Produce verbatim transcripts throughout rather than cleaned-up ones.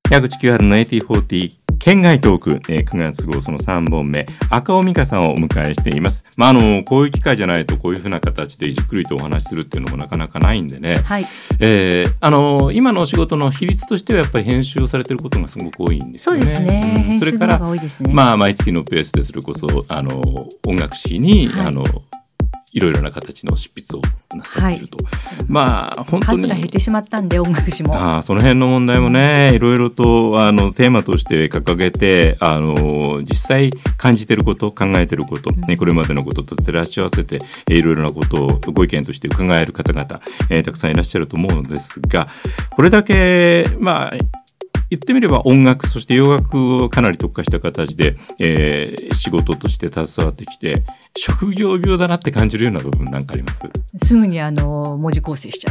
矢口清春の エーティーフォーティー県外トーク、えー、くがつ号そのさんぼんめ、赤尾美香さんをお迎えしています。まあ、あのこういう機会じゃないとこういうふうな形でじっくりとお話しするっていうのもなかなかないんでね、 はい、 えー、あの今のお仕事の比率としてはやっぱり編集をされていることがすごく多いんですよね。 そうですね、うん、編集の方が多いですね。 まあ、毎月のペースでそれこそあの音楽誌に、はい、あのいろいろな形の執筆をなさっていると、はい、まあ本当に数が減ってしまったんで音楽誌もあその辺の問題もね、いろいろとあのテーマとして掲げてあの実際感じていること考えていること、ね、これまでのことと照らし合わせていろいろなことをご意見として伺える方々、えー、たくさんいらっしゃると思うのですが、これだけまあ言ってみれば音楽そして洋楽をかなり特化した形で、えー、仕事として携わってきて職業病だなって感じるような部分なんかあります？ すぐにあの文字構成しちゃ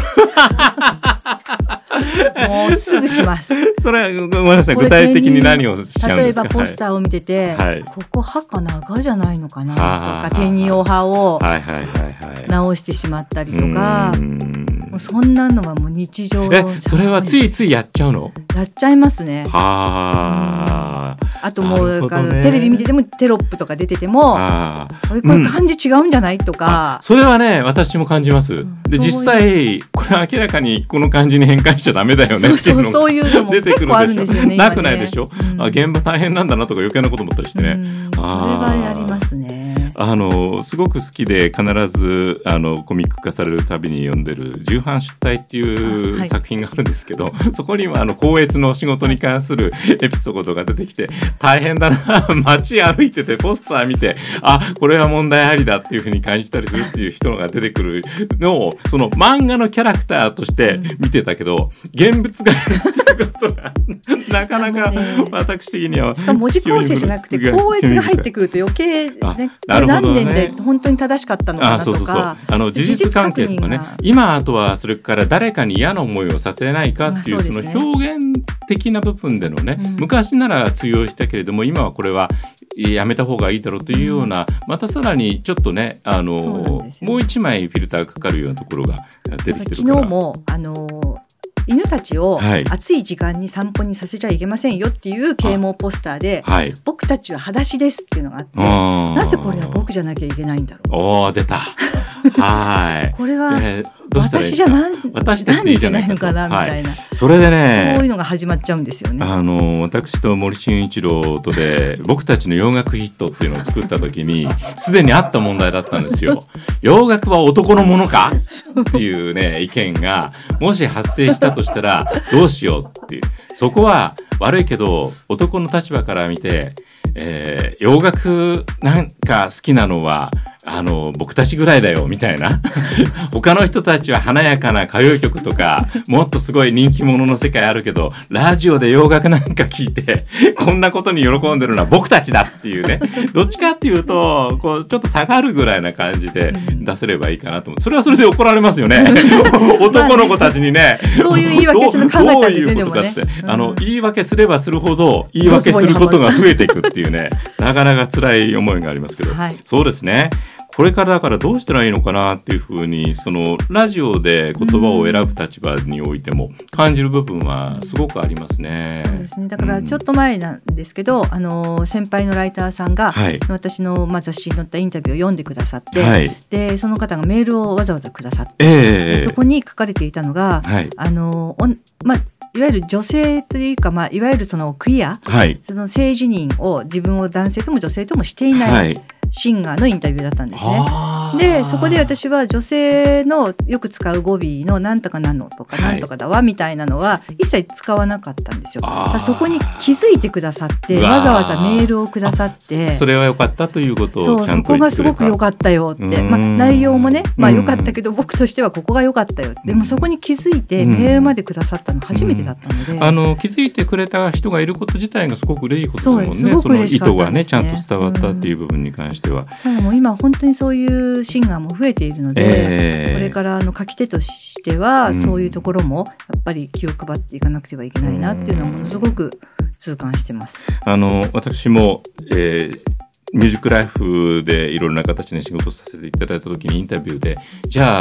うもうすぐします。 それはごめんなさい、具体的に何をしちゃうんですか？ 例えばポスターを見てて、はい、ここ歯かながじゃないのかなとか手にお歯を直してしまったりとか、もうそんなのはもう日常の。 えそれはついついやっちゃうの？ やっちゃいますね。 は、 うん、あともう、ね、テレビ見ててもテロップとか出ててもこれ漢字違うんじゃない、うん、とか。 それはね私も感じます、うん、で実際これ明らかにこの漢字に変換しちゃダメだよねっていうのが出てくるでしょ。そうそうそういうのも結構あるんですよね。なくないでしょ、うん、あ現場大変なんだなとか余計なこと思ったりしてね、 うん、それはありますね。 あのすごく好きで必ずあのコミック化されるたびに読んでる重版出題っていう作品があるんですけど、はい、そこにはあの校閲の仕事に関するエピソードが出てきて大変だな街歩いててポスター見てあこれは問題ありだっていうふうに感じたりするっていう人が出てくるのをその漫画のキャラクターとして見てたけど、現物がってことがなかなか私的には、 しかも文字構成じゃなくて校閲が入ってくると余計ね、何年で本当に正しかったのかなとか、あそうそうそう、 あの事実関係とかね、今あとはそれから誰かに嫌な思いをさせないかっていう、その表現的な部分でのね、うん、昔なら通用したけれども今はこれはやめた方がいいだろうというような、うん、またさらにちょっとねあのもう一枚フィルターがかかるようなところが出てきてるから、 昨日もあの犬たちを暑い時間に散歩にさせちゃいけませんよっていう啓蒙ポスターで、はい、僕たちは裸足ですっていうのがあって、なぜこれは僕じゃなきゃいけないんだろう。 おー出たはいこれは、えー私じゃなん私たちでいいじゃないのかなみたいな、はい、 それでねそういうのが始まっちゃうんですよね。 あの私と森進一郎とで僕たちの洋楽ヒットっていうのを作った時にすでにあった問題だったんですよ。洋楽は男のものかっていうね意見がもし発生したとしたらどうしようっていう、そこは悪いけど男の立場から見て、えー、洋楽なんか好きなのはあの僕たちぐらいだよみたいな他の人たちは華やかな歌謡曲とかもっとすごい人気者の世界あるけどラジオで洋楽なんか聞いてこんなことに喜んでるのは僕たちだっていうね、どっちかっていうとこうちょっと下がるぐらいな感じで出せればいいかなと思う。それはそれで怒られますよね男の子たちにねそういう言い訳ちょっと考えたんですね。 どういうことかって、でもね、あの言い訳すればするほど言い訳することが増えていくっていうねなかなか辛い思いがありますけど、はい、そうですね、これからだからどうしたらいいのかなっていうふうにそのラジオで言葉を選ぶ立場においても感じる部分はすごくありますね。 そうですね、だからちょっと前なんですけど、うん、あの先輩のライターさんが、はい、私の、まあ、雑誌に載ったインタビューを読んでくださって、はい、でその方がメールをわざわざくださって、えー、そこに書かれていたのが、はい、あのまあ、いわゆる女性というか、まあ、いわゆるそのクイア、はい、その性自認を自分を男性とも女性ともしていない、はい、シンガーのインタビューだったんですね。でそこで私は女性のよく使う語尾のなんとかなのとかなんとかだわみたいなのは一切使わなかったんですよ。そこに気づいてくださってわざわざメールをくださって、 それは良かったということをちゃんと言ってくれた。そう、そこがすごく良かったよって、まあ、内容もね、まあ、良かったけど僕としてはここが良かったよって、でもそこに気づいてメールまでくださったの初めてだったので、うんうん、 あの気づいてくれた人がいること自体がすごく嬉しいことですもんね。その意図がねちゃんと伝わったっていう部分に関しては、 うん、もう今本当にそういうシンガーも増えているので、えー、これからの書き手としてはそういうところもやっぱり気を配っていかなくてはいけないなっていうのはものすごく痛感してます。 あの私も、えーミュージックライフでいろんな形で仕事させていただいた時にインタビューで、じゃあ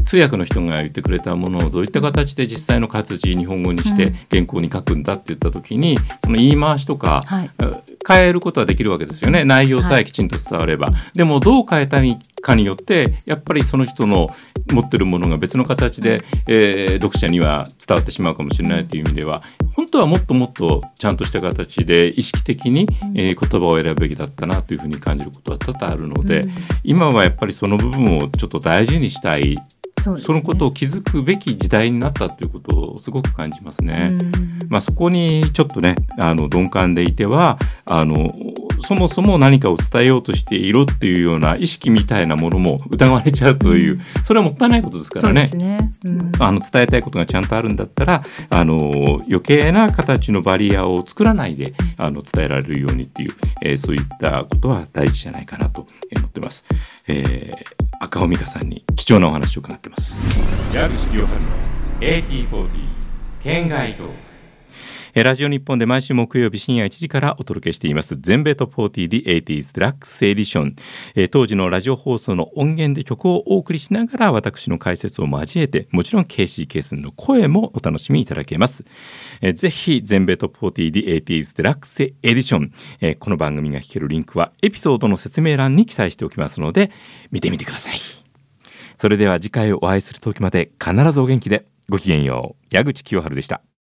通訳の人が言ってくれたものをどういった形で実際の活字日本語にして原稿に書くんだって言った時に、その言い回しとか、はい、変えることはできるわけですよね。内容さえきちんと伝われば、はい、でもどう変えたかによってやっぱりその人の持ってるものが別の形で、えー、読者には伝わってしまうかもしれないという意味では、本当はもっともっとちゃんとした形で意識的に、えー、言葉を選ぶべきだったなというふうに感じることは多々あるので、うん、今はやっぱりその部分をちょっと大事にしたい、 そ,、ね、そのことを気づくべき時代になったということをすごく感じますね。うん、まあ、そこにちょっとねあの鈍感でいてはあのそもそも何かを伝えようとしているっていうような意識みたいなものも疑われちゃうという、うん、それはもったいないことですからね。 そうですね、うん、 あの伝えたいことがちゃんとあるんだったらあの余計な形のバリアを作らないであの伝えられるようにっていう、えー、そういったことは大事じゃないかなと思ってます。えー、赤尾美香さんに貴重なお話を伺ってます。矢口清春の エーティーフォーティー 県外トーク。ラジオ日本で毎週木曜日深夜いちじからお届けしています全米トップフォーティー The エイティーズ デラックスエディション、えー、当時のラジオ放送の音源で曲をお送りしながら私の解説を交えてもちろん ケーシー ケースの声もお楽しみいただけます。えー、ぜひ全米トップフォーティー The エイティーズ デラックスエディション、えー、この番組が聴けるリンクはエピソードの説明欄に記載しておきますので見てみてください。それでは次回お会いする時まで必ずお元気で。ごきげんよう。矢口清春でした。